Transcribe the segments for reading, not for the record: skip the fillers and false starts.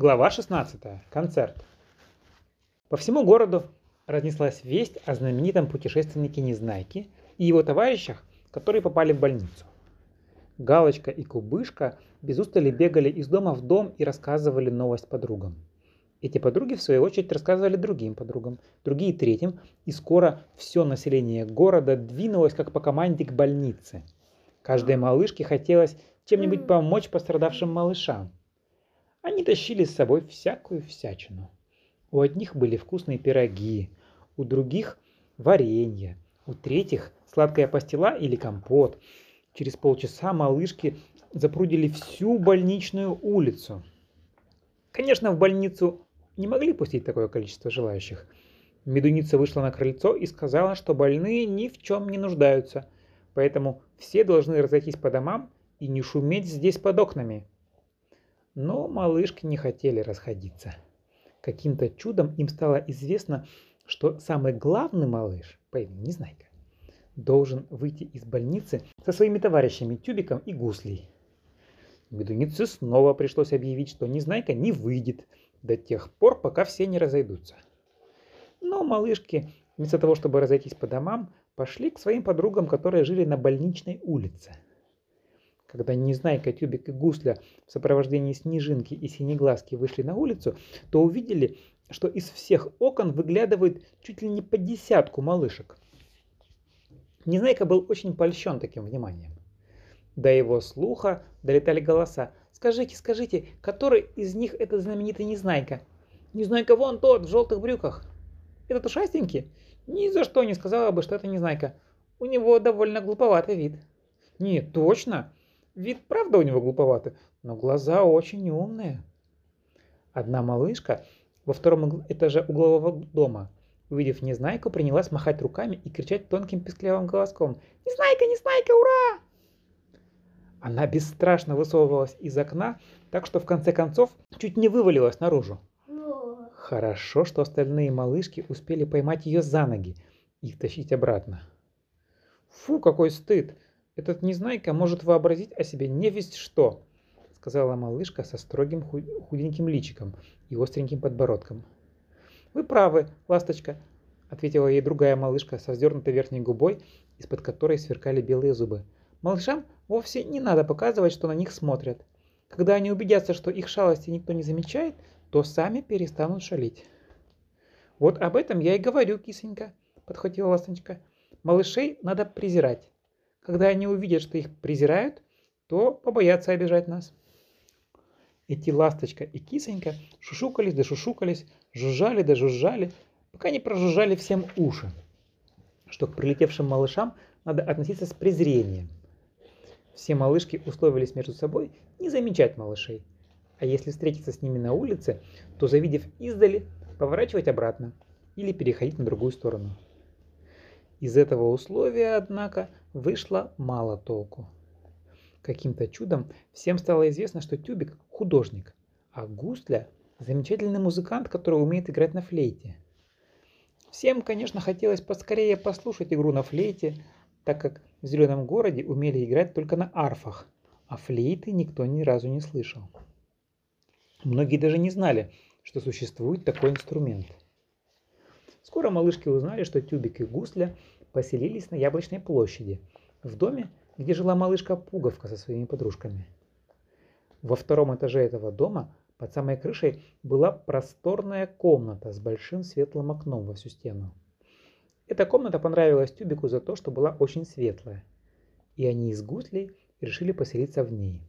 Глава 16. Концерт. По всему городу разнеслась весть о знаменитом путешественнике Незнайке и его товарищах, которые попали в больницу. Галочка и Кубышка без устали бегали из дома в дом и рассказывали новость подругам. Эти подруги, в свою очередь, рассказывали другим подругам, другие третьим, и скоро все население города двинулось как по команде к больнице. Каждой малышке хотелось чем-нибудь помочь пострадавшим малышам. Они тащили с собой всякую всячину. У одних были вкусные пироги, у других варенье, у третьих сладкая пастила или компот. Через полчаса малышки запрудили всю больничную улицу. Конечно, в больницу не могли пустить такое количество желающих. Медуница вышла на крыльцо и сказала, что больные ни в чем не нуждаются, поэтому все должны разойтись по домам и не шуметь здесь под окнами. Но малышки не хотели расходиться. Каким-то чудом им стало известно, что самый главный малыш, по имени Незнайка, должен выйти из больницы со своими товарищами Тюбиком и Гуслей. Медунице снова пришлось объявить, что Незнайка не выйдет до тех пор, пока все не разойдутся. Но малышки, вместо того, чтобы разойтись по домам, пошли к своим подругам, которые жили на больничной улице. Когда Незнайка, Тюбик и Гусля в сопровождении Снежинки и Синеглазки вышли на улицу, то увидели, что из всех окон выглядывает чуть ли не по десятку малышек. Незнайка был очень польщен таким вниманием. До его слуха долетали голоса. «Скажите, скажите, который из них этот знаменитый Незнайка?» «Незнайка вон тот, в желтых брюках». «Этот ушастенький?» «Ни за что не сказала бы, что это Незнайка. У него довольно глуповатый вид». «Нет, точно. Вид правда у него глуповатый, но глаза очень умные». Одна малышка во втором этаже углового дома, увидев Незнайку, принялась махать руками и кричать тонким писклявым голоском: «Незнайка, Незнайка, ура!» Она бесстрашно высовывалась из окна, так что в конце концов чуть не вывалилась наружу. Хорошо, что остальные малышки успели поймать ее за ноги и втащить обратно. «Фу, какой стыд! Этот Незнайка может вообразить о себе невесть что», — сказала малышка со строгим худеньким личиком и остреньким подбородком. «Вы правы, ласточка», — ответила ей другая малышка со вздернутой верхней губой, из-под которой сверкали белые зубы. «Малышам вовсе не надо показывать, что на них смотрят. Когда они убедятся, что их шалости никто не замечает, то сами перестанут шалить». «Вот об этом я и говорю, кисонька», — подхватила ласточка. «Малышей надо презирать. Когда они увидят, что их презирают, то побоятся обижать нас». Эти ласточка и кисонька шушукались да шушукались, жужжали да жужжали, пока не прожужжали всем уши, что к прилетевшим малышам надо относиться с презрением. Все малышки условились между собой не замечать малышей, а если встретиться с ними на улице, то, завидев издали, поворачивать обратно или переходить на другую сторону. Из этого условия, однако, вышло мало толку. Каким-то чудом всем стало известно, что Тюбик – художник, а Гусля – замечательный музыкант, который умеет играть на флейте. Всем, конечно, хотелось поскорее послушать игру на флейте, так как в Зеленом городе умели играть только на арфах, а флейты никто ни разу не слышал. Многие даже не знали, что существует такой инструмент. Скоро малышки узнали, что Тюбик и Гусля поселились на Яблочной площади, в доме, где жила малышка Пуговка со своими подружками. Во втором этаже этого дома под самой крышей была просторная комната с большим светлым окном во всю стену. Эта комната понравилась Тюбику за то, что была очень светлая, и они с Гуслей решили поселиться в ней.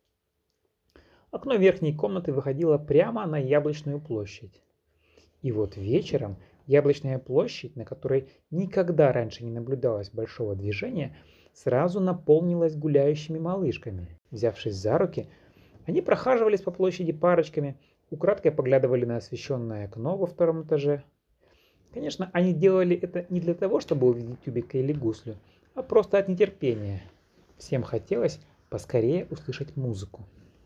Окно верхней комнаты выходило прямо на Яблочную площадь. И вот вечером Яблочная площадь, на которой никогда раньше не наблюдалось большого движения, сразу наполнилась гуляющими малышками. Взявшись за руки, они прохаживались по площади парочками, украдкой поглядывали на освещенное окно во втором этаже. Конечно, они делали это не для того, чтобы увидеть Тюбика или Гуслю, а просто от нетерпения. Всем хотелось поскорее услышать музыку.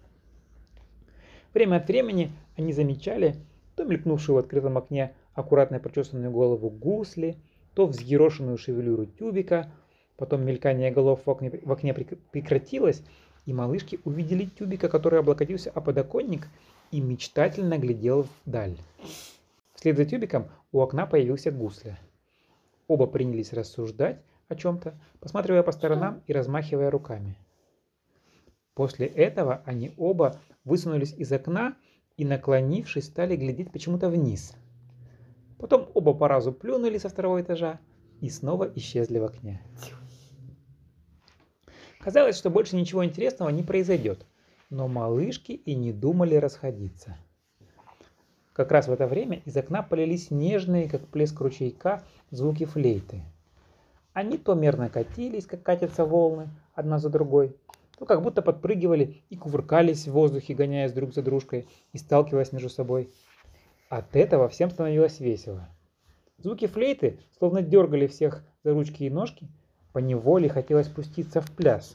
Время от времени они замечали то мелькнувшую в открытом окне аккуратно причесанную голову Гусли, то взъерошенную шевелюру Тюбика. Потом мелькание голов в окне прекратилось, и малышки увидели тюбика, который облокотился о подоконник и мечтательно глядел вдаль. Вслед за тюбиком у окна появился гусля. Оба принялись рассуждать о чем-то, посматривая по сторонам и размахивая руками. После этого они оба высунулись из окна и, наклонившись, стали глядеть почему-то вниз. Потом оба по разу плюнули со второго этажа и снова исчезли в окне. Казалось, что больше ничего интересного не произойдет, но малышки и не думали расходиться. Как раз в это время из окна полились нежные, как плеск ручейка, звуки флейты. Они то мерно катились, как катятся волны, одна за другой, то как будто подпрыгивали и кувыркались в воздухе, гоняясь друг за дружкой и сталкиваясь между собой. От этого всем становилось весело. Звуки флейты словно дергали всех за ручки и ножки, поневоле хотелось пуститься в пляс.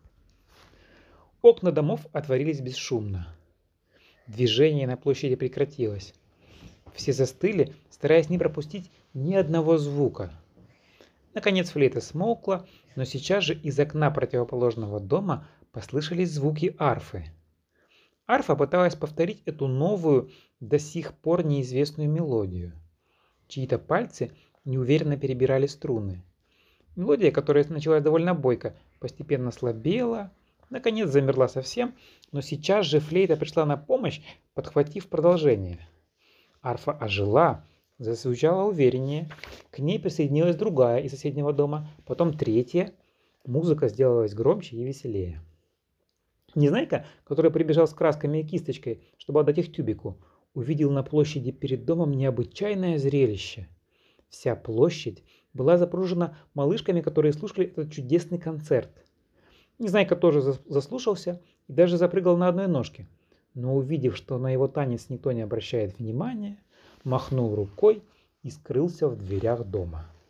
Окна домов отворились бесшумно. Движение на площади прекратилось. Все застыли, стараясь не пропустить ни одного звука. Наконец флейта смолкла, но сейчас же из окна противоположного дома послышались звуки арфы. Арфа пыталась повторить эту новую, до сих пор неизвестную мелодию. Чьи-то пальцы неуверенно перебирали струны. Мелодия, которая началась довольно бойко, постепенно слабела, наконец замерла совсем, но сейчас же флейта пришла на помощь, подхватив продолжение. Арфа ожила, зазвучала увереннее, к ней присоединилась другая из соседнего дома, потом третья. Музыка сделалась громче и веселее. Незнайка, который прибежал с красками и кисточкой, чтобы отдать их тюбику, увидел на площади перед домом необычайное зрелище. Вся площадь была запружена малышками, которые слушали этот чудесный концерт. Незнайка тоже заслушался и даже запрыгал на одной ножке, но увидев, что на его танец никто не обращает внимания, махнул рукой и скрылся в дверях дома.